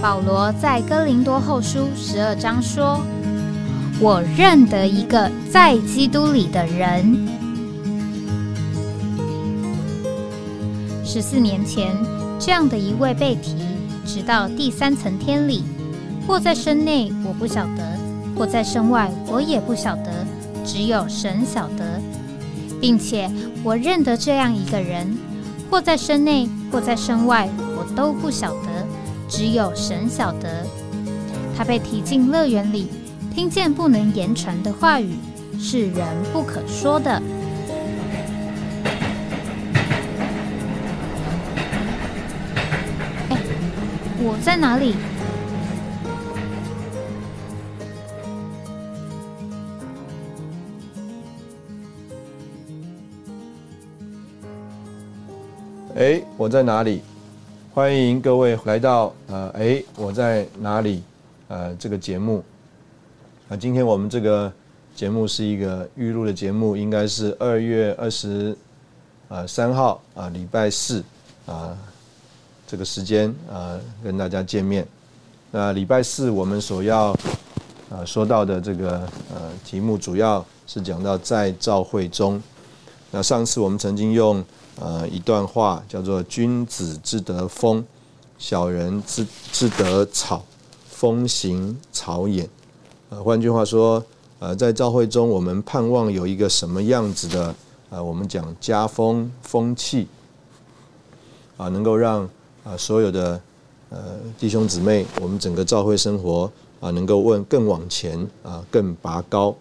保罗在哥林多后书12章说：“我认得一个在基督里的人。”14年前，这样的一位被提，直到第3层天里，或在身内，我不晓得；或在身外，我也不晓得，只有神晓得。并且我认得这样一个人，或在身内，或在身外，我都不晓得，只有神晓得。他被提进乐园里，听见不能言传的话语，是人不可说的。我在哪里？ 我在哪里？欢迎各位来到我在哪里这个节目。今天我们这个节目是一个预录的节目，应该是2月23号礼拜四这个时间跟大家见面。那礼拜四我们所要说到的这个题目，主要是讲到在召会中。那上次我们曾经用一段话叫做“君子之德风，小人之德草，风行草偃”。换句话说，在召会中，我们盼望有一个什么样子的我们讲家风风气能够让所有的弟兄姊妹，我们整个召会生活能够更往前更拔高。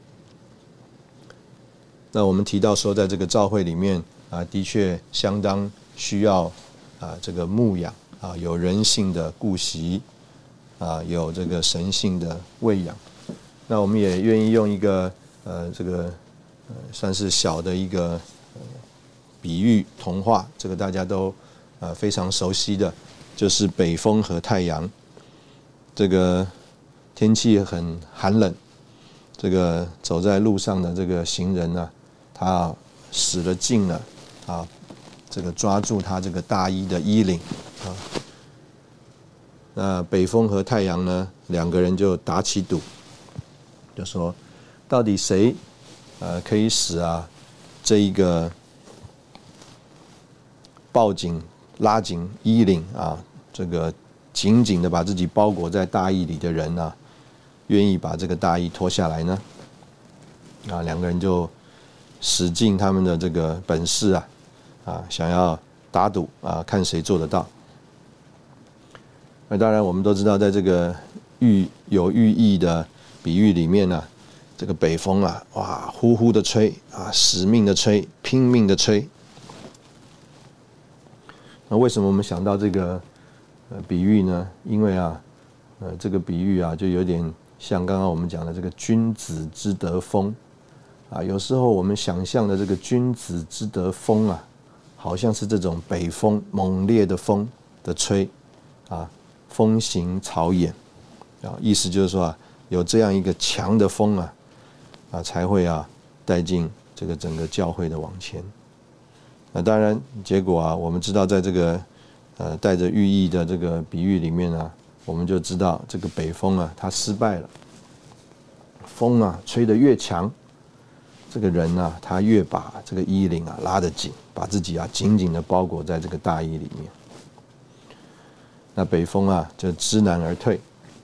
那我们提到说，在这个召会里面的确相当需要这个牧养有人性的顾惜有这个神性的喂养。那我们也愿意用一个这个算是小的一个比喻童话，这个大家都非常熟悉的，就是北风和太阳。这个天气很寒冷，这个走在路上的这个行人他使了劲了这个抓住他这个大衣的衣领那北风和太阳呢，两个人就打起赌，就说到底谁可以使这一个抱紧拉紧衣领这个紧紧的把自己包裹在大衣里的人愿意把这个大衣脱下来呢？两个人就使尽他们的这个本事想要打赌看谁做得到。那当然我们都知道，在这个有寓意的比喻里面这个北风呼呼的吹使命的吹，拼命的吹。那为什么我们想到这个比喻呢？因为这个比喻就有点像刚刚我们讲的这个君子之德风有时候我们想象的这个君子之德风好像是这种北风猛烈的风的吹风行草偃意思就是说有这样一个强的风才会带进这个整个教会的往前。那当然结果我们知道在这个带着寓意的这个比喻里面我们就知道这个北风它失败了。风吹得越强，这个人他越把这个衣领拉得紧，把自己紧紧的包裹在这个大衣里面。那北风就知难而退。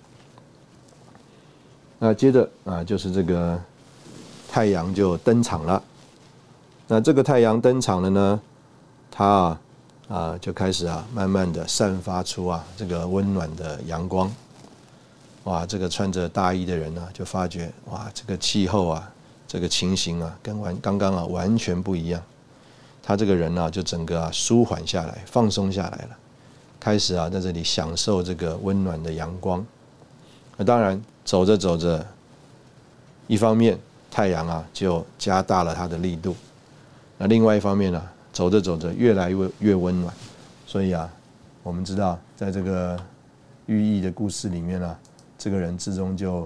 那接着就是这个太阳就登场了。那这个太阳登场了呢，它就开始慢慢的散发出这个温暖的阳光。这个穿着大衣的人就发觉这个气候这个情形跟刚刚完全不一样。他这个人就整个舒缓下来，放松下来了，开始在这里享受这个温暖的阳光。那当然走着走着，一方面太阳就加大了它的力度，那另外一方面走着走着越来越温暖。所以我们知道在这个寓意的故事里面这个人最终就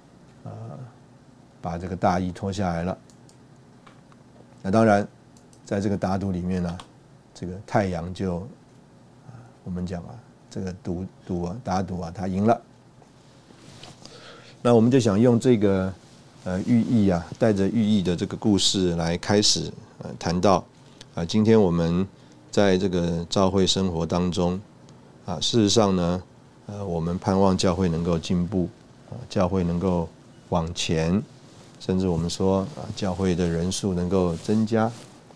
把这个大衣脱下来了。那当然在这个打赌里面这个太阳就我们讲这个打赌啊，他赢了。那我们就想用这个寓意啊，带着寓意的这个故事来开始谈到今天我们在这个教会生活当中事实上呢，我们盼望教会能够进步教会能够往前，甚至我们说教会的人数能够增加。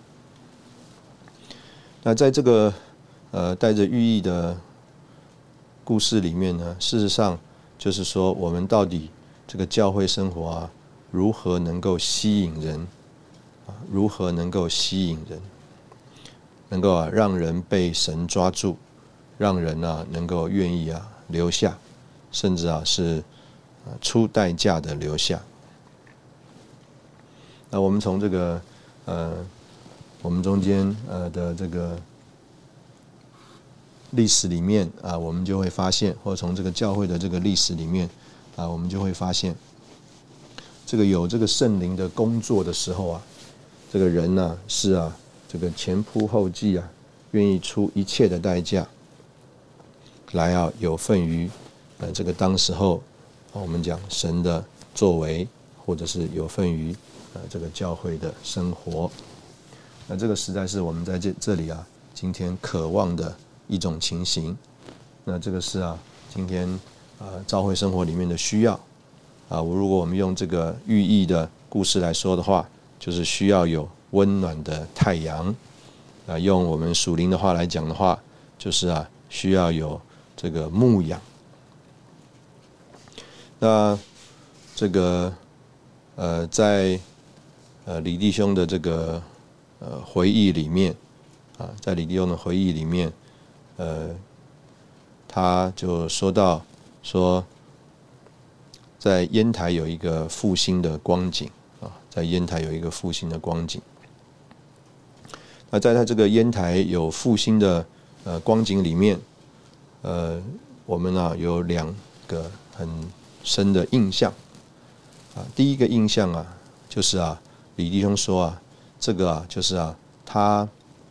那在这个带着寓意的故事里面呢，事实上就是说我们到底这个教会生活如何能够吸引人如何能够吸引人，能够让人被神抓住，让人能够愿意留下，甚至是出代价的留下。那我们从这个我们中间的这个历史里面我们就会发现，或者从这个教会的这个历史里面我们就会发现，这个有这个圣灵的工作的时候这个人是这个前仆后继愿意出一切的代价来有份于这个当时候我们讲神的作为，或者是有份于这个教会的生活。那这个实在是我们在这里今天渴望的一种情形。那这个是今天教会生活里面的需要如果我们用这个寓意的故事来说的话，就是需要有温暖的太阳用我们属灵的话来讲的话，就是需要有这个牧养。那这个在李弟兄的这个回忆里面在李弟兄的回忆里面他就说到说，在烟台有一个复兴的光景在烟台有一个复兴的光景。那在他这个烟台有复兴的光景里面我们有两个很深的印象第一个印象就是李弟兄说这个就是他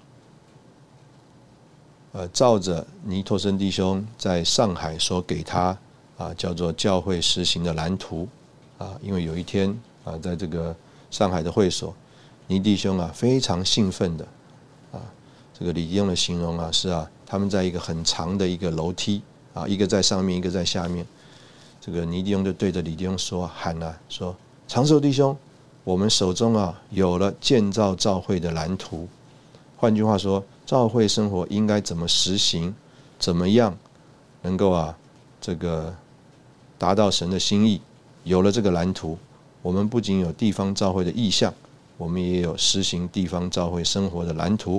照着尼托生弟兄在上海所给他叫做教会实行的蓝图因为有一天在这个上海的会所，尼弟兄非常兴奋的这个李弟兄的形容是他们在一个很长的一个楼梯一个在上面一个在下面，这个尼弟兄就对着李弟兄说喊说，长寿弟兄，我们手中有了建造教会的蓝图。换句话说，教会生活应该怎么实行，怎么样能够这个达到神的心意。有了这个蓝图，我们不仅有地方教会的意向，我们也有实行地方教会生活的蓝图。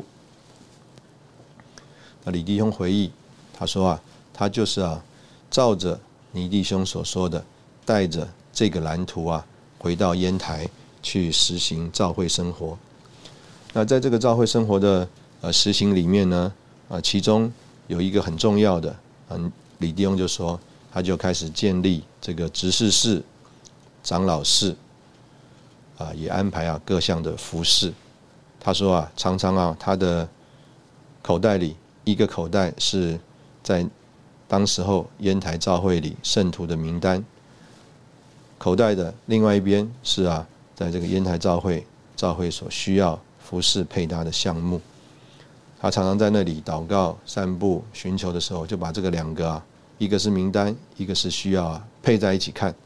那李弟兄回忆，他说他就是照着尼弟兄所说的，带着这个蓝图回到烟台去实行教会生活。那在这个教会生活的实行里面呢其中有一个很重要的李弟兄就说，他就开始建立这个执事室、长老室也安排各项的服事。他说常常他的口袋里一个口袋是在当时候烟台教会里圣徒的名单，口袋的另外一边是在这个烟台教会所需要服事配搭的项目。他常常在那里祷告、散步、寻求的时候，就把这个两个一个是名单，一个是需要配在一起看。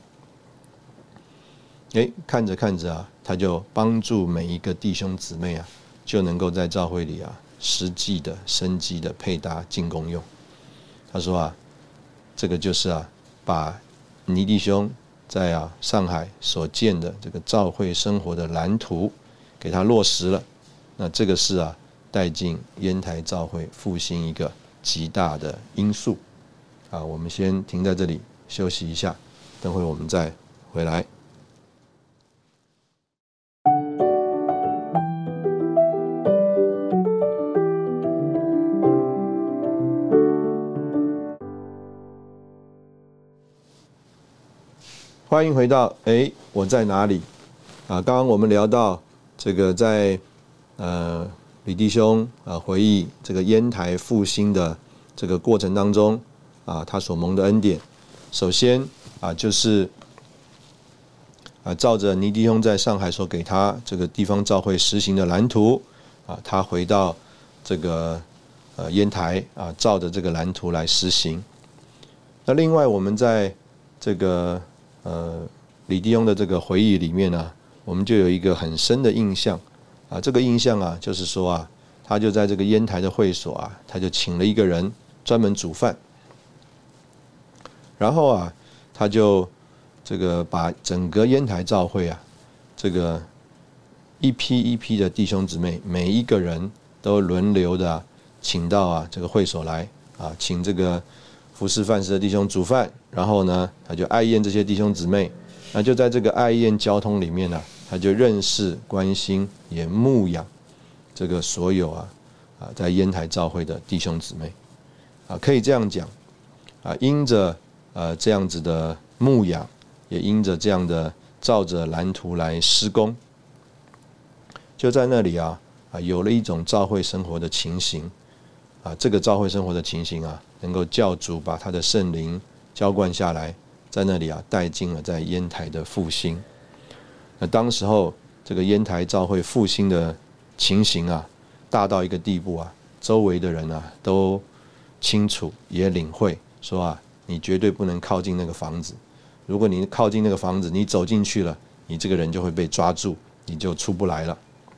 看着看着他就帮助每一个弟兄姊妹就能够在教会里实际的生机的配搭进功用。他说这个就是把尼弟兄在上海所建的这个教会生活的蓝图给他落实了。那这个是带进烟台教会复兴一个极大的因素我们先停在这里休息一下，等会我们再回来。欢迎回到我在哪里刚刚我们聊到这个在李弟兄回忆这个烟台复兴的这个过程当中他所蒙的恩典。首先就是照着尼弟兄在上海所给他这个地方教会实行的蓝图他回到这个烟台照着这个蓝图来实行。那另外我们在这个李弟兄的这个回忆里面我们就有一个很深的印象这个印象就是说他就在这个烟台的会所他就请了一个人专门煮饭，然后他就这个把整个烟台教会这个一批一批的弟兄姊妹，每一个人都轮流的请到这个会所来请这个服侍饭食的弟兄煮饭，然后呢他就爱宴这些弟兄姊妹，那就在这个爱宴交通里面他就认识、关心，也牧养这个所有在烟台教会的弟兄姊妹可以这样讲因着这样子的牧养，也因着这样的照着蓝图来施工，就在那里有了一种教会生活的情形这个教会生活的情形能够教主把他的圣灵浇灌下来，在那里带进了在烟台的复兴。那当时候这个烟台教会复兴的情形大到一个地步周围的人都清楚也领会说你绝对不能靠近那个房子，如果你靠近那个房子，你走进去了，你这个人就会被抓住，你就出不来了。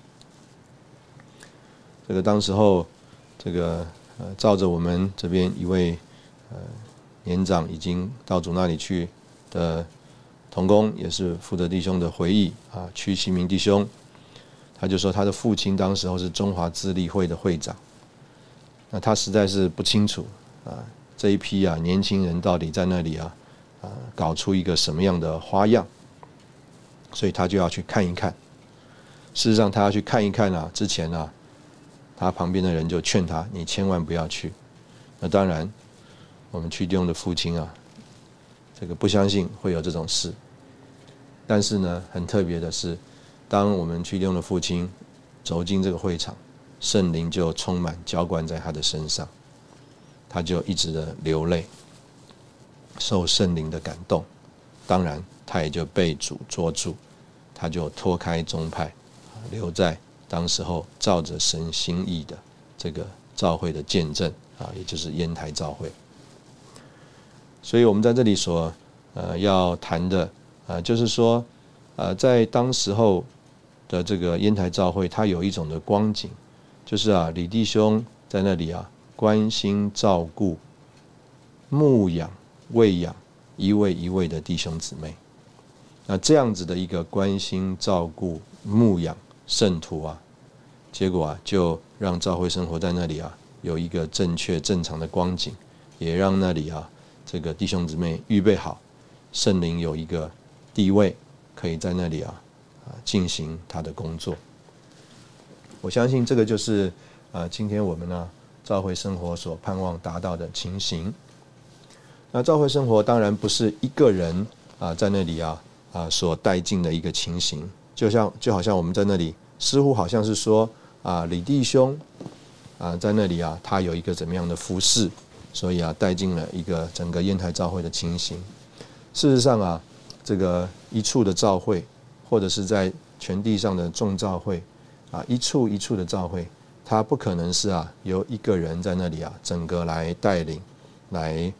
这个当时候这个照着我们这边一位年长已经到主那里去的同工，也是福德弟兄的回忆屈其明弟兄，他就说他的父亲当时候是中华自立会的会长，那他实在是不清楚这一批年轻人到底在那里搞出一个什么样的花样，所以他就要去看一看。事实上他要去看一看之前他旁边的人就劝他，你千万不要去。那当然我们屈弟兄的父亲这个不相信会有这种事，但是呢很特别的是，当我们屈弟兄的父亲走进这个会场，圣灵就充满浇灌在他的身上，他就一直的流泪，受圣灵的感动，当然他也就被主捉住，他就脱开宗派，留在当时候照着神心意的这个教会的见证也就是烟台教会。所以我们在这里所要谈的就是说在当时候的这个烟台教会，它有一种的光景，就是李弟兄在那里关心照顾牧养喂养一位一位的弟兄姊妹。那这样子的一个关心照顾牧养圣徒结果就让教会生活在那里有一个正确正常的光景，也让那里这个弟兄姊妹预备好，圣灵有一个地位，可以在那里进行他的工作。我相信这个就是今天我们教会生活所盼望达到的情形。那教会生活当然不是一个人在那里所带进的一个情形，就好像我们在那里似乎好像是说李弟兄在那里他有一个怎么样的服事，所以带进了一个整个烟台教会的情形。事实上这个一处的教会，或者是在全地上的众教会一处一处的教会，它不可能是由一个人在那里整个来带领来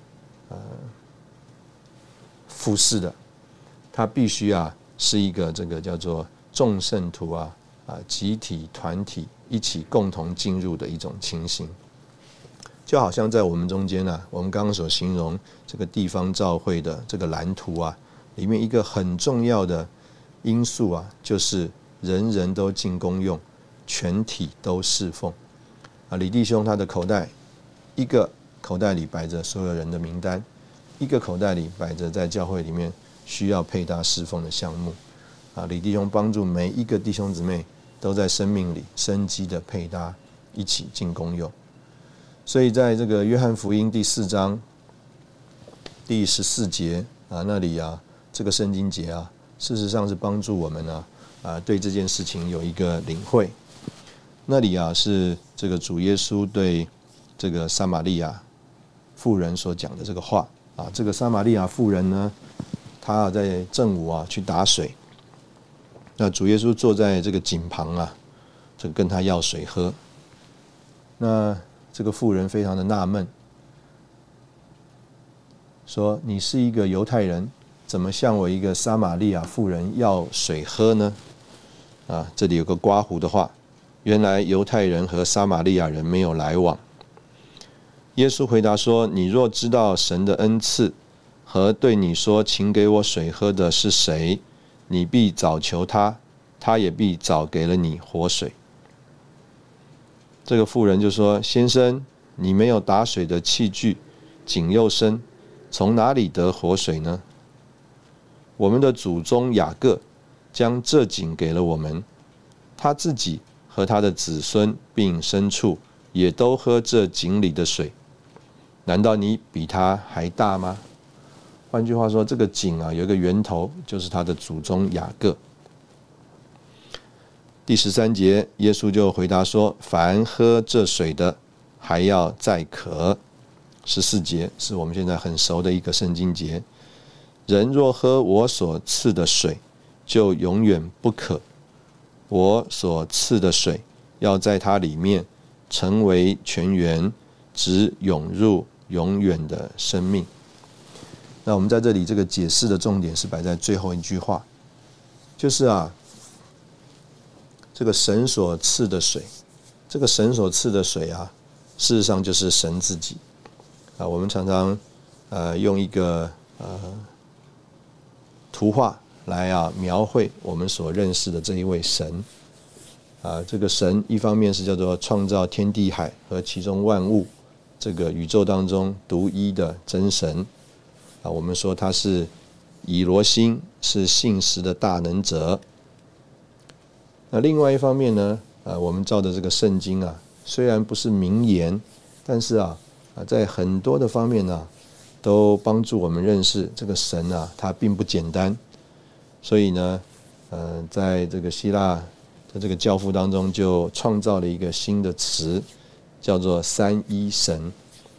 服事的，它必须是一个这个叫做众圣徒集体团体一起共同进入的一种情形。就好像在我们中间我们刚刚所形容这个地方教会的这个蓝图里面一个很重要的因素就是人人都尽功用，全体都侍奉李弟兄他的口袋，一个口袋里摆着所有人的名单，一个口袋里摆着在教会里面需要配搭侍奉的项目李弟兄帮助每一个弟兄姊妹都在生命里生机的配搭，一起尽功用。所以在这个约翰福音第4章第14节那里这个圣经节事实上是帮助我们对这件事情有一个领会。那里是这个主耶稣对这个撒玛利亚妇人所讲的这个话啊。这个撒玛利亚妇人呢，她在正午去打水，那主耶稣坐在这个井旁这个跟他要水喝。那这个妇人非常的纳闷，说：“你是一个犹太人，怎么向我一个撒玛利亚妇人要水喝呢？”这里有个括弧的话，原来犹太人和撒玛利亚人没有来往。耶稣回答说：“你若知道神的恩赐和对你说请给我水喝的是谁，你必早求他，他也必早给了你活水。”这个妇人就说：“先生，你没有打水的器具，井又深，从哪里得活水呢？我们的祖宗雅各将这井给了我们，他自己和他的子孙并牲畜也都喝这井里的水。难道你比他还大吗？”换句话说，这个井有一个源头，就是他的祖宗雅各。第13节，耶稣就回答说：“凡喝这水的，还要再渴。”14节是我们现在很熟的一个圣经节：“人若喝我所赐的水，就永远不渴。我所赐的水，要在它里面成为泉源，直涌入永远的生命。”那我们在这里这个解释的重点是摆在最后一句话，就是这个神所赐的水，这个神所赐的水事实上就是神自己我们常常用一个图画来描绘我们所认识的这一位神这个神一方面是叫做创造天地海和其中万物，这个宇宙当中独一的真神我们说他是以罗星，是信实的大能者。那另外一方面呢，我们照着这个圣经虽然不是名言，但是在很多的方面都帮助我们认识这个神他并不简单。所以呢，在这个希腊的这个教父当中，就创造了一个新的词，叫做三一神。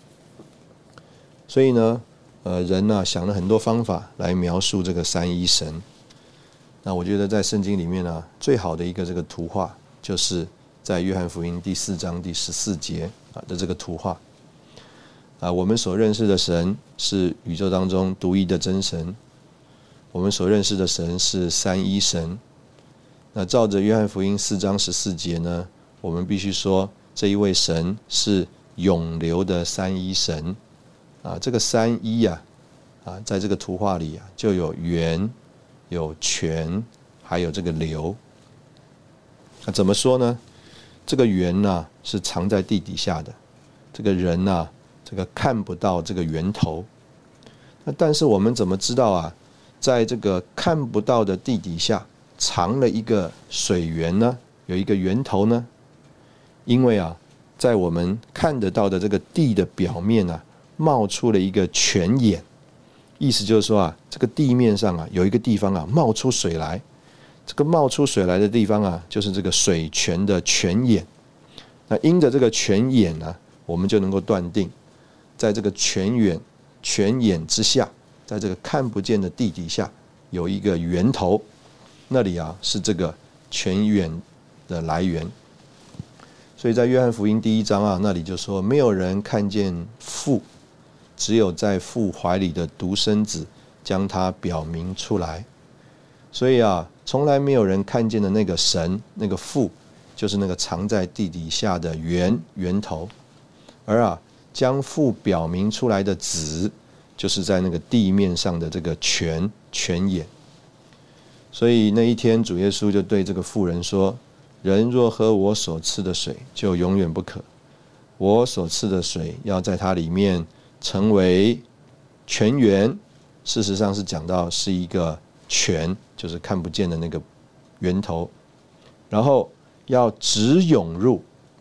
所以呢，人想了很多方法来描述这个三一神。那我觉得在圣经里面最好的一个这个图画，就是在约翰福音第4章第14节的这个图画我们所认识的神是宇宙当中独一的真神，我们所认识的神是三一神。那照着约翰福音4章14节呢，我们必须说这一位神是永流的三一神这个三一在这个图画里就有源，有泉，还有这个流。那怎么说呢？这个源是藏在地底下的，这个人这个看不到这个源头。那但是我们怎么知道在这个看不到的地底下藏了一个水源呢？有一个源头呢？因为在我们看得到的这个地的表面冒出了一个泉眼。意思就是说这个地面上有一个地方冒出水来，这个冒出水来的地方就是这个水泉的泉眼。那因着这个泉眼我们就能够断定，在这个泉眼之下，在这个看不见的地底下有一个源头，那里是这个泉源的来源。所以在约翰福音第1章那里就说，没有人看见父，只有在父怀里的独生子将他表明出来。所以从来没有人看见的那个神，那个父，就是那个藏在地底下的源头。而将父表明出来的子，就是在那个地面上的这个泉眼。所以那一天主耶稣就对这个妇人说，人若喝我所赐的水，就永远不渴。我所赐的水要在它里面成为泉源。事实上是讲到是一个泉，就是看不见的那个源头，然后要直涌入。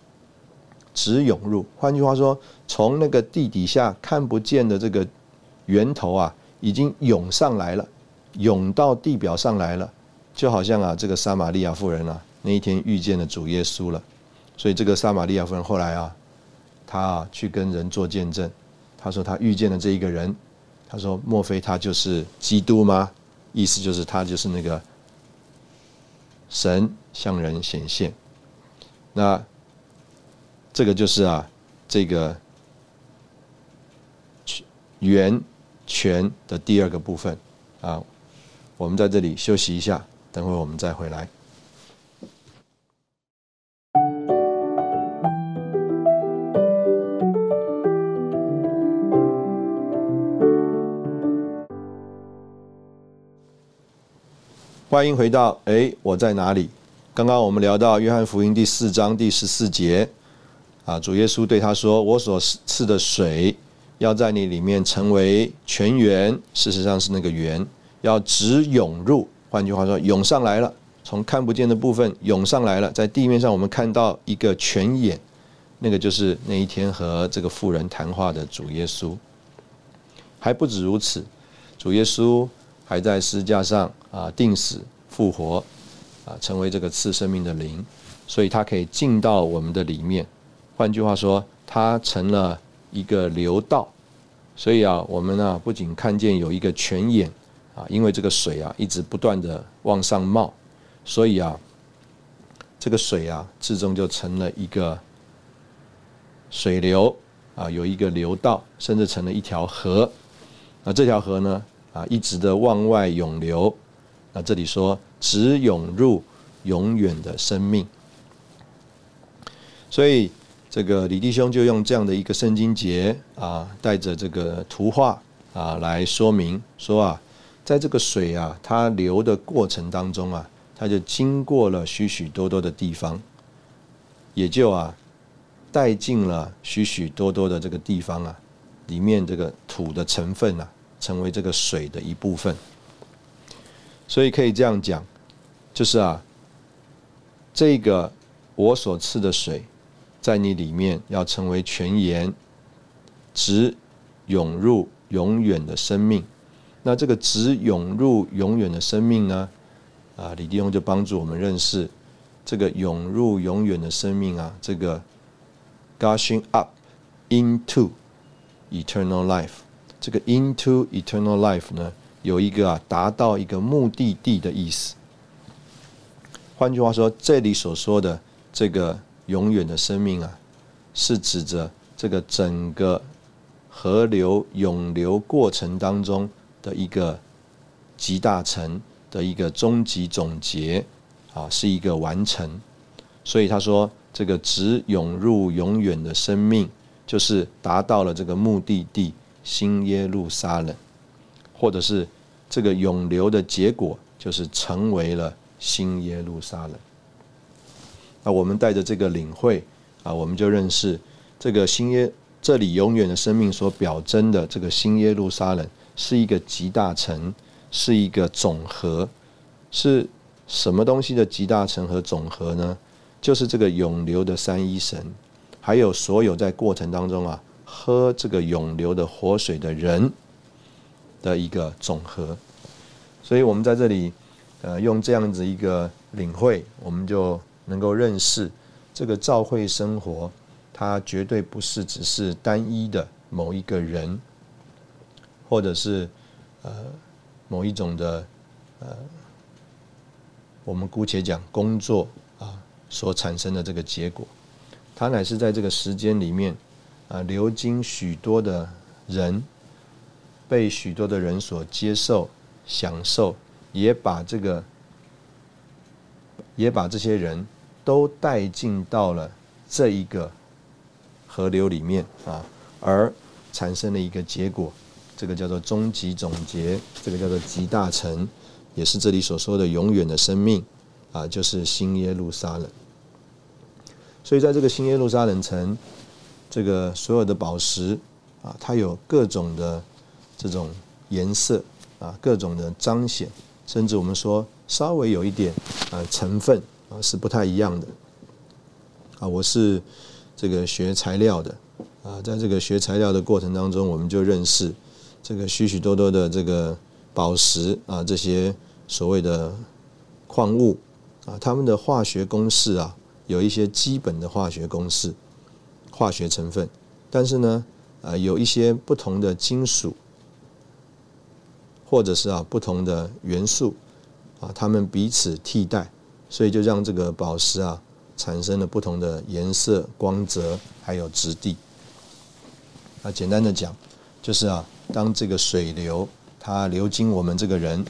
换句话说，从那个地底下看不见的这个源头已经涌上来了，涌到地表上来了，就好像这个撒玛利亚妇人那一天遇见了主耶稣了。所以这个撒玛利亚妇人后来她去跟人做见证， 他说他遇见了这一个人，他说莫非他就是基督吗？意思就是他就是那个神向人显现。那这个就是这个源泉的第二个部分我们在这里休息一下，等会我们再回来。欢迎回到我在哪里？刚刚我们聊到约翰福音第4章第14节主耶稣对他说，我所赐的水要在你里面成为泉源，事实上是那个源要直涌入，换句话说涌上来了，从看不见的部分涌上来了，在地面上我们看到一个泉眼，那个就是那一天和这个妇人谈话的主耶稣。还不止如此，主耶稣还在十字架上钉死复活成为这个赐生命的灵，所以他可以进到我们的里面。换句话说，他成了一个流道，所以我们不仅看见有一个泉眼因为这个水一直不断的往上冒，所以这个水至终就成了一个水流有一个流道，甚至成了一条河。那这条河呢一直的往外涌流，那这里说直涌入永远的生命。所以这个李弟兄就用这样的一个圣经节带着这个图画来说明说在这个水它流的过程当中它就经过了许许多多的地方，也就带进了许许多多的这个地方里面这个土的成分成为这个水的一部分。所以可以这样讲，就是这个我所赐的水在你里面要成为泉源，直涌入永远的生命。那这个直涌入永远的生命呢李弟兄就帮助我们认识这个涌入永远的生命这个 gushing up into eternal life， 这个 into eternal life 呢有一个达到一个目的地的意思。换句话说，这里所说的这个永远的生命是指着这个整个河流涌流过程当中的一个集大成的一个终极总结是一个完成。所以他说这个直涌入永远的生命就是达到了这个目的地新耶路撒冷，或者是这个涌流的结果就是成为了新耶路撒冷。那我们带着这个领会我们就认识这个这里永远的生命所表征的这个新耶路撒冷是一个集大成，是一个总和。是什么东西的集大成和总和呢？就是这个涌流的三一神，还有所有在过程当中喝这个涌流的活水的人的一个总和。所以我们在这里用这样子一个领会，我们就能够认识这个教会生活它绝对不是只是单一的某一个人，或者是某一种的我们姑且讲工作所产生的这个结果，它乃是在这个时间里面流经许多的人，被许多的人所接受享受，也把这些人都带进到了这一个河流里面而产生了一个结果，这个叫做终极总结，这个叫做集大成，也是这里所说的永远的生命就是新耶路撒冷。所以在这个新耶路撒冷城，这个所有的宝石它有各种的这种颜色各种的彰显，甚至我们说稍微有一点成分是不太一样的我是这个学材料的在这个学材料的过程当中，我们就认识这个许许多多的这个宝石这些所谓的矿物它们的化学公式有一些基本的化学公式、化学成分，但是呢有一些不同的金属，或者是不同的元素它们彼此替代，所以就让这个宝石产生了不同的颜色、光泽还有质地。简单的讲，就是当这个水流它流经我们这个人，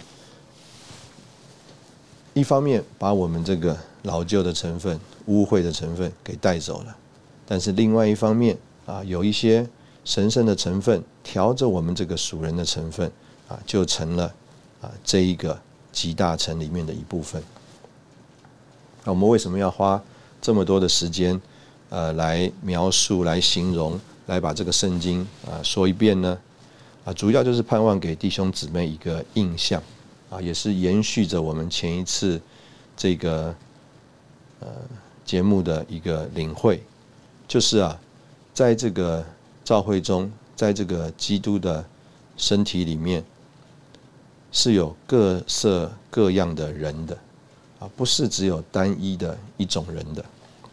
一方面把我们这个老旧的成分、污秽的成分给带走了，但是另外一方面有一些神圣的成分调着我们这个属人的成分就成了这一个集大成里面的一部分。那我们为什么要花这么多的时间来描述、来形容、来把这个圣经说一遍呢？主要就是盼望给弟兄姊妹一个印象也是延续着我们前一次这个节目的一个领会，就是在这个教会中，在这个基督的身体里面，是有各色各样的人的不是只有单一的一种人的。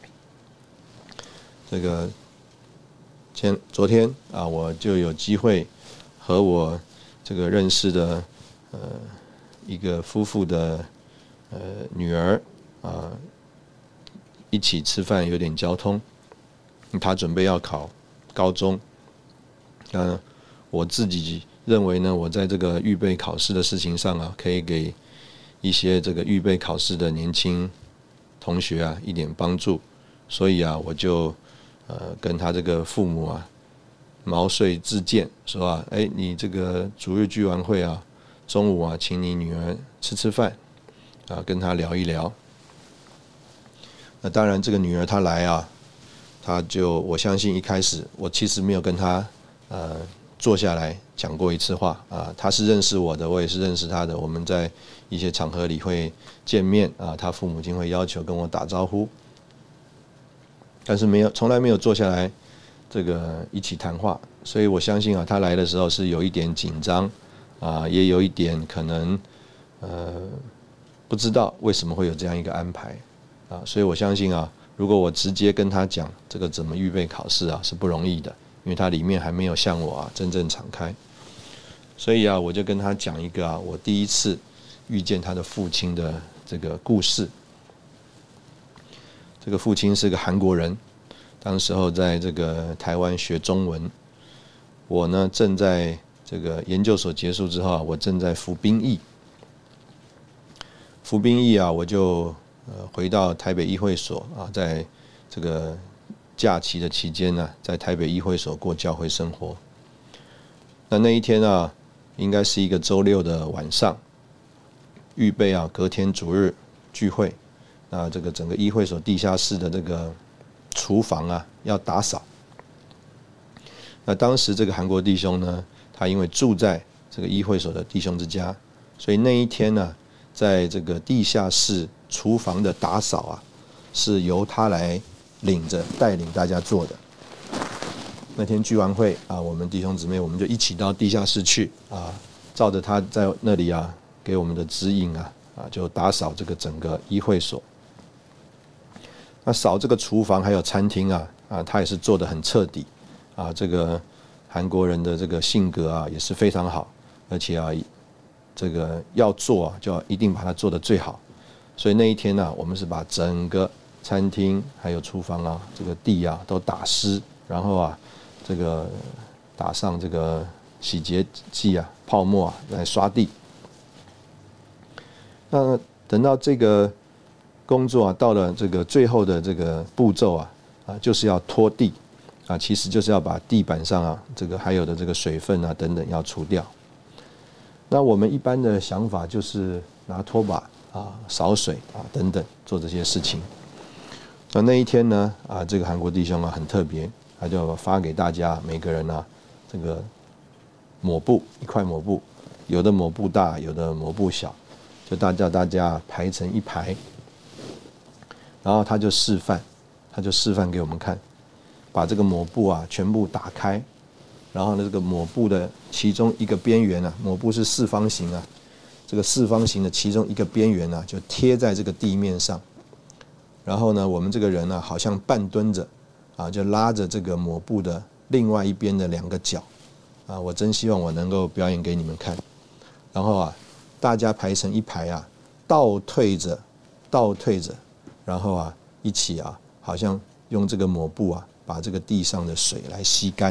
这个昨天我就有机会和我这个认识的一个夫妇的女儿一起吃饭，有点交通。她准备要考高中，我自己认为呢，我在这个预备考试的事情上可以给一些这个预备考试的年轻同学一点帮助，所以我就跟他这个父母毛遂自荐，说你这个主日聚完会中午请你女儿吃饭跟她聊一聊。那当然这个女儿她来她就我相信一开始我其实没有跟她坐下来讲过一次话她是认识我的，我也是认识她的，我们在一些场合里会见面她父母亲会要求跟我打招呼，但是从来没有坐下来这个一起谈话，所以我相信她来的时候是有一点紧张也有一点可能不知道为什么会有这样一个安排所以我相信如果我直接跟他讲这个怎么预备考试是不容易的，因为他里面还没有向我真正敞开。所以我就跟他讲一个我第一次遇见他的父亲的这个故事。这个父亲是个韩国人，当时候在这个台湾学中文，我呢正在这个研究所结束之后我正在服兵役。服兵役我就回到台北议会所在这个假期的期间在台北议会所过教会生活。那一天应该是一个周六的晚上，预备隔天主日聚会。那这个整个议会所地下室的这个厨房要打扫。那当时这个韩国弟兄呢，他因为住在这个议会所的弟兄之家，所以那一天呢在这个地下室厨房的打扫是由他来带领大家做的。那天聚完会我们弟兄姊妹我们就一起到地下室去照着他在那里给我们的指引就打扫这个整个议会所。那扫这个厨房还有餐厅他也是做得很彻底这个韩国人的这个性格也是非常好，而且这个要做就要一定把它做得最好。所以那一天我们是把整个餐厅还有厨房这个地都打湿，然后这个打上这个洗洁剂泡沫来刷地。那等到这个工作到了这个最后的这个步骤就是要拖地其实就是要把地板上这个还有的这个水分等等要除掉。那我们一般的想法就是拿拖把扫水等等做这些事情。那一天呢这个韩国弟兄很特别，他就发给大家每个人这个抹布，一块抹布，有的抹布大，有的抹布小，就大家排成一排，然后他就示范给我们看，把这个抹布全部打开，然后呢这个抹布的其中一个边缘抹布是四方形这个四方形的其中一个边缘就贴在这个地面上，然后呢我们这个人好像半蹲着就拉着这个抹布的另外一边的2个角啊，我真希望我能够表演给你们看。然后啊，大家排成一排啊，倒退着，然后啊，一起啊，好像用这个抹布啊，把这个地上的水来吸干。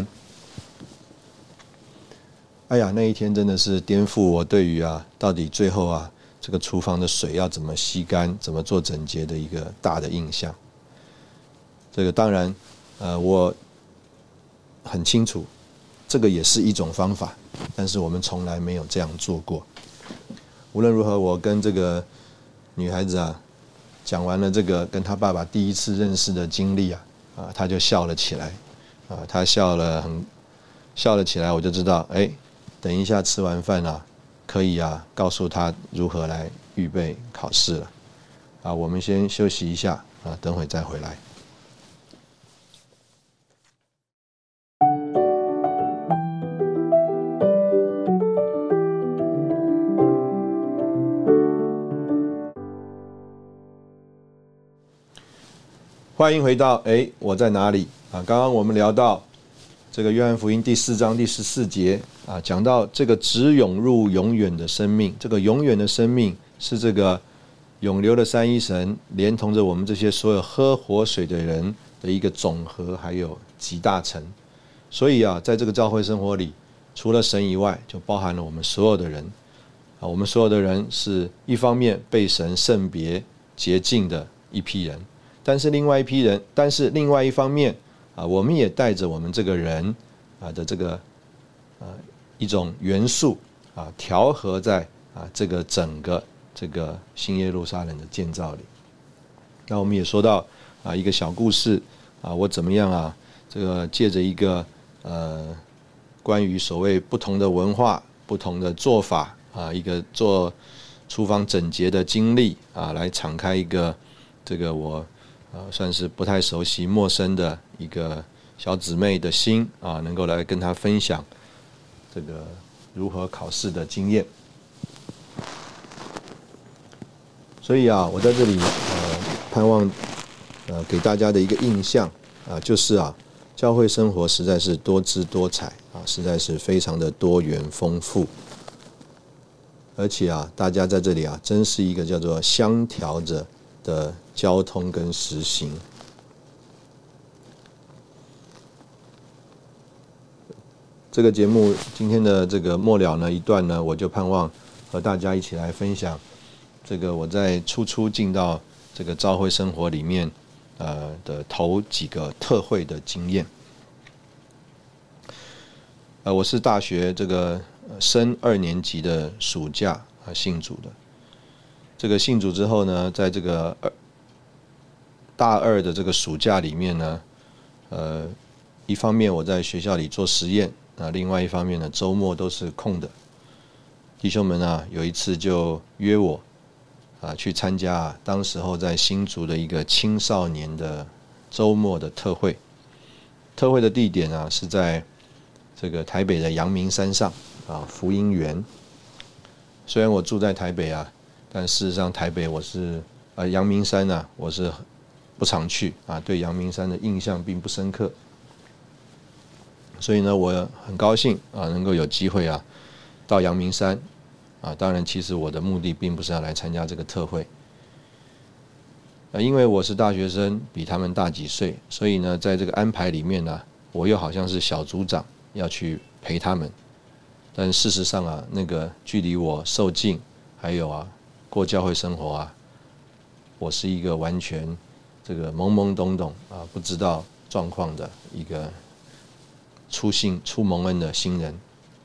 哎呀，那一天真的是颠覆我对于啊，到底最后啊，这个厨房的水要怎么吸干，怎么做整洁的一个大的印象。这个当然，我很清楚，这个也是一种方法，但是我们从来没有这样做过。无论如何，我跟这个女孩子啊讲完了这个跟她爸爸第一次认识的经历啊，她就笑了起来，她笑了起来，我就知道，等一下吃完饭啊，可以啊告诉她如何来预备考试了。我们先休息一下等会再回来。欢迎回到我在哪里刚刚我们聊到这个约翰福音第4章第14节讲到这个只涌入永远的生命，这个永远的生命是这个永流的三一神连同着我们这些所有喝活水的人的一个总和，还有集大成。所以在这个教会生活里，除了神以外，就包含了我们所有的人我们所有的人是一方面被神圣别洁净的一批人，但是另外一方面我们也带着我们这个人的这个一种元素调和在这个整个这个新耶路撒冷的建造里。那我们也说到一个小故事我怎么样这个借着一个关于所谓不同的文化、不同的做法一个做厨房整洁的经历来敞开一个这个我算是不太熟悉、陌生的一个小姊妹的心能够来跟她分享这个如何考试的经验。所以我在这里盼望给大家的一个印象就是教会生活实在是多姿多彩实在是非常的多元丰富，而且大家在这里真是一个叫做相调着的交通跟实行。这个节目今天的这个末了呢一段呢，我就盼望和大家一起来分享这个我在初进到这个教会生活里面的头几个特会的经验。我是大学这个升2年级的暑假信主的。这个信主之后呢，在这个大2的这个暑假里面呢，一方面我在学校里做实验另外一方面呢，周末都是空的。弟兄们有一次就约我去参加当时候在新竹的一个青少年的周末的特会。特会的地点是在这个台北的阳明山上福音园。虽然我住在台北但事实上台北我是阳明山我是不常去对阳明山的印象并不深刻。所以呢，我很高兴能够有机会到阳明山当然其实我的目的并不是要来参加这个特会因为我是大学生，比他们大几岁，所以呢在这个安排里面我又好像是小组长要去陪他们。但事实上那个距离我受浸还有过教会生活我是一个完全这个懵懵懂懂不知道状况的一个初蒙恩的新人。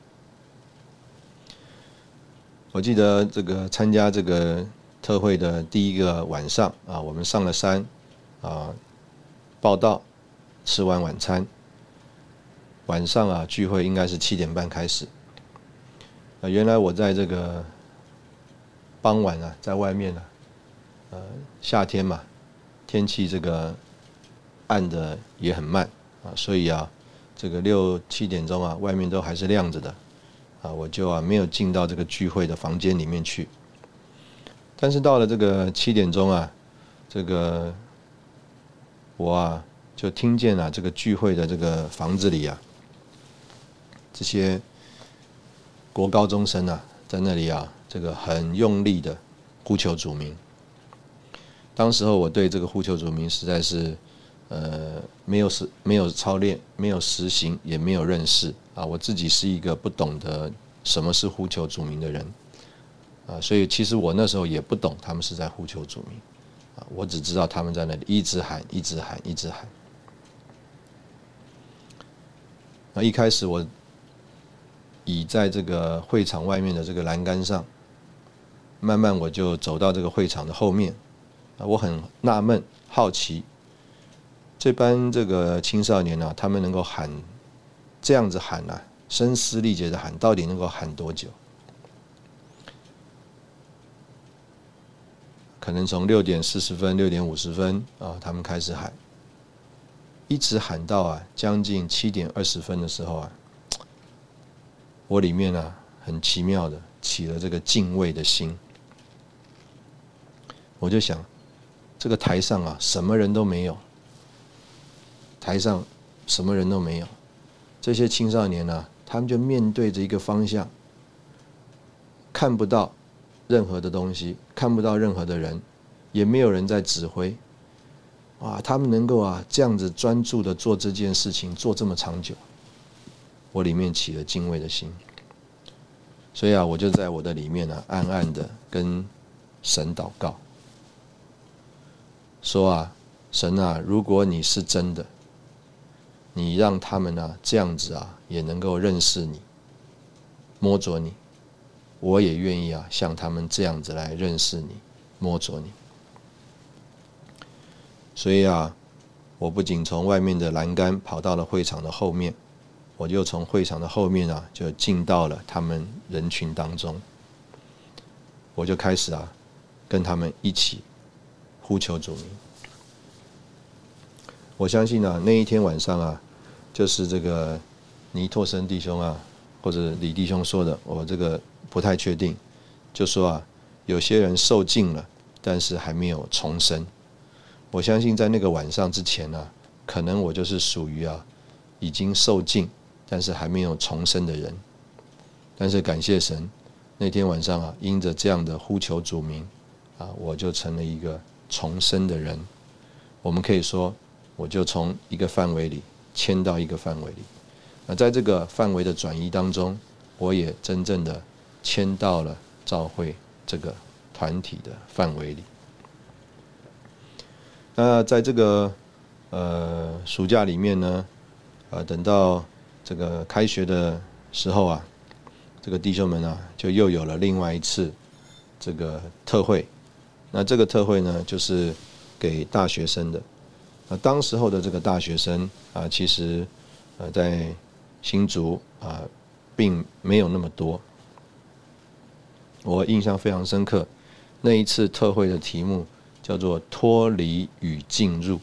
我记得这个参加这个特会的第一个晚上我们上了山报到，吃完晚餐，晚上聚会应该是7点半开始。原来我在这个傍晚在外面夏天嘛，天气这个暗的也很慢所以这个6、7点钟外面都还是亮着的我就没有进到这个聚会的房间里面去。但是到了这个7点钟这个我就听见这个聚会的这个房子里这些国高中生在那里这个很用力的呼求主名。当时候我对这个呼求主名实在是没有操练，没有实行，也没有认识我自己是一个不懂得什么是呼求主名的人所以其实我那时候也不懂他们是在呼求主名我只知道他们在那里一直喊一直喊一直喊。一开始我倚在这个会场外面的这个栏杆上，慢慢我就走到这个会场的后面我很纳闷好奇，这班这个青少年他们能够喊这样子喊声嘶力竭的喊，到底能够喊多久？可能从6点40分、6点50分他们开始喊，一直喊到将近7点20分的时候我里面很奇妙的起了这个敬畏的心。我就想，这个台上什么人都没有，台上什么人都没有，这些青少年他们就面对着一个方向，看不到任何的东西，看不到任何的人，也没有人在指挥他们能够这样子专注的做这件事情，做这么长久，我里面起了敬畏的心。所以我就在我的里面暗暗的跟神祷告，说神如果你是真的，你让他们这样子也能够认识你，摸着你，我也愿意像他们这样子来认识你，摸着你。所以我不仅从外面的栏杆跑到了会场的后面，我就从会场的后面就进到了他们人群当中，我就开始跟他们一起呼求主名。我相信那一天晚上就是这个尼拓生弟兄或者李弟兄说的，我这个不太确定，就说有些人受尽了，但是还没有重生。我相信在那个晚上之前可能我就是属于已经受尽，但是还没有重生的人。但是感谢神，那天晚上因着这样的呼求主名我就成了一个重生的人。我们可以说，我就从一个范围里迁到一个范围里。在这个范围的转移当中，我也真正的迁到了教会这个团体的范围里。那在这个暑假里面呢，等到这个开学的时候这个弟兄们就又有了另外一次这个特会。那这个特会呢，就是给大学生的。那当时候的这个大学生其实在新竹并没有那么多。我印象非常深刻，那一次特会的题目叫做脱离与进入。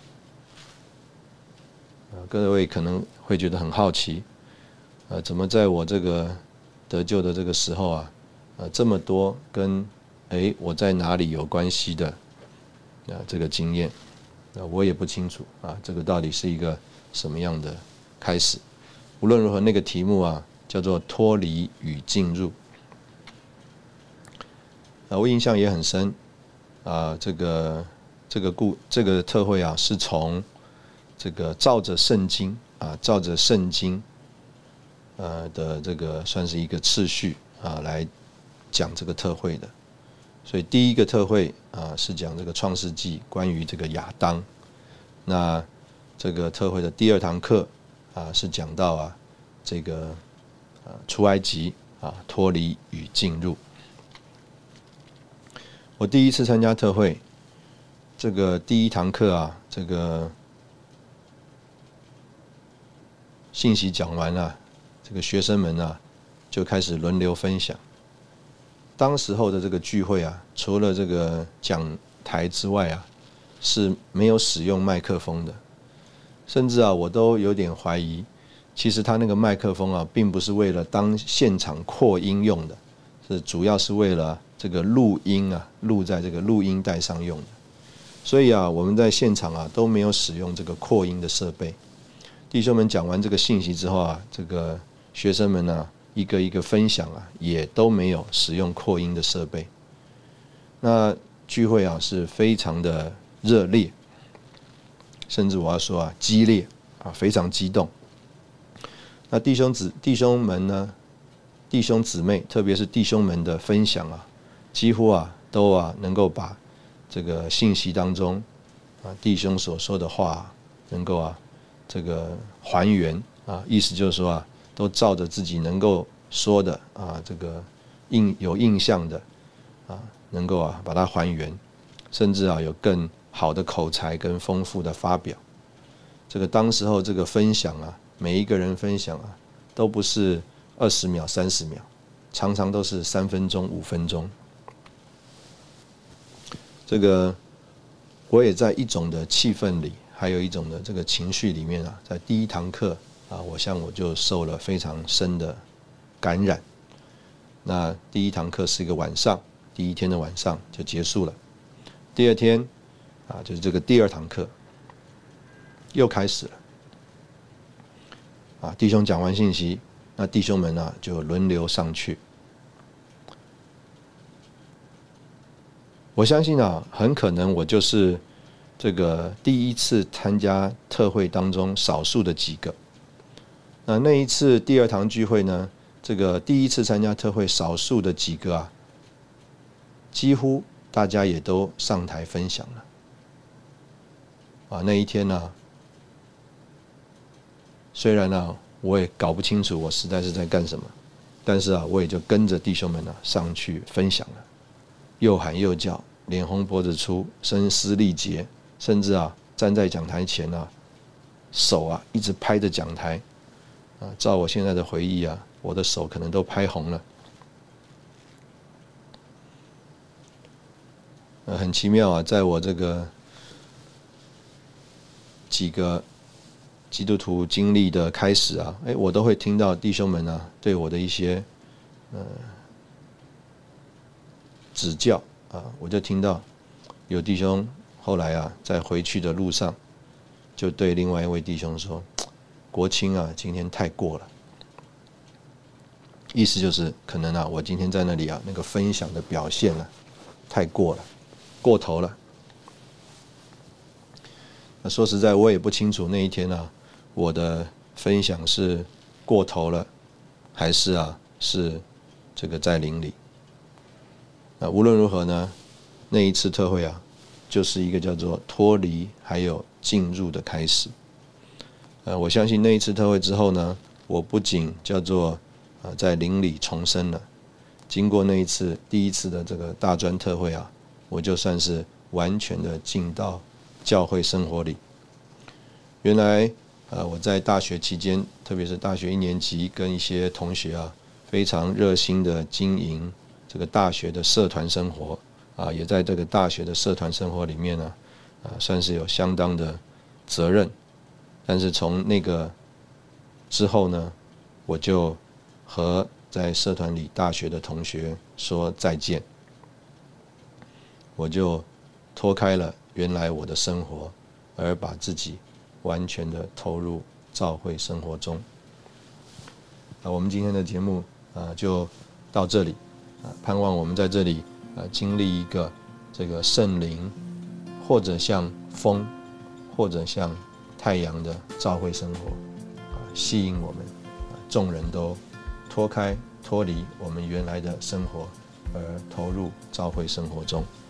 各位可能会觉得很好奇，怎么在我这个得救的这个时候这么多跟我在哪里有关系的这个经验，我也不清楚这个到底是一个什么样的开始。无论如何，那个题目叫做脱离与进入。我印象也很深这个特会是从这个照着圣经的这个算是一个次序来讲这个特会的。所以第一个特会是讲这个创世纪，关于这个亚当。那这个特会的第2堂课是讲到这个出埃及脱离与进入。我第一次参加特会，这个第1堂课这个信息讲完了，这个学生们就开始轮流分享。当时候的这个聚会除了这个讲台之外是没有使用麦克风的，甚至我都有点怀疑，其实他那个麦克风并不是为了当现场扩音用的，是主要是为了这个录音录在这个录音带上用的。 所以我们在现场都没有使用这个扩音的设备。弟兄们讲完这个信息之后这个学生们一个一个分享也都没有使用扩音的设备。那聚会是非常的热烈，甚至我要说激烈非常激动。那弟兄们呢，弟兄姊妹，特别是弟兄们的分享几乎都能够把这个信息当中弟兄所说的话能够这个还原意思就是说都照着自己能够说的这个有印象的能够把它还原，甚至有更好的口才跟丰富的发表。这个当时候这个分享每一个人分享都不是20秒30秒，常常都是3分钟5分钟。这个我也在一种的气氛里，还有一种的这个情绪里面在第一堂课我就受了非常深的感染。那第一堂课是一个晚上，第一天的晚上就结束了。第二天就是这个第二堂课又开始了弟兄讲完信息，那弟兄们就轮流上去。我相信很可能我就是这个第一次参加特会当中少数的几个。那一次第二堂聚会呢，这个第一次参加特会少数的几个几乎大家也都上台分享了那一天虽然我也搞不清楚我实在是在干什么，但是我也就跟着弟兄们上去分享了，又喊又叫，脸红脖子粗，声嘶力竭，甚至站在讲台前手一直拍着讲台照我现在的回忆我的手可能都拍红了。很奇妙在我这个几个基督徒经历的开始我都会听到弟兄们对我的一些指教我就听到有弟兄后来在回去的路上就对另外一位弟兄说，国清今天太过了。意思就是可能我今天在那里那个分享的表现太过了，过头了。那说实在我也不清楚那一天我的分享是过头了，还是是这个在灵里。无论如何呢，那一次特会就是一个叫做脱离还有进入的开始。我相信那一次特会之后呢，我不仅叫做在灵里重生了，经过那一次第一次的这个大专特会我就算是完全的进到教会生活里。原来我在大学期间，特别是大学1年级，跟一些同学非常热心的经营这个大学的社团生活也在这个大学的社团生活里面算是有相当的责任。但是从那个之后呢，我就和在社团里大学的同学说再见，我就脱开了原来我的生活，而把自己完全的投入教会生活中。我们今天的节目就到这里，盼望我们在这里经历一个这个圣灵或者像风或者像太阳的教会生活吸引我们众人都脱离我们原来的生活，而投入教会生活中。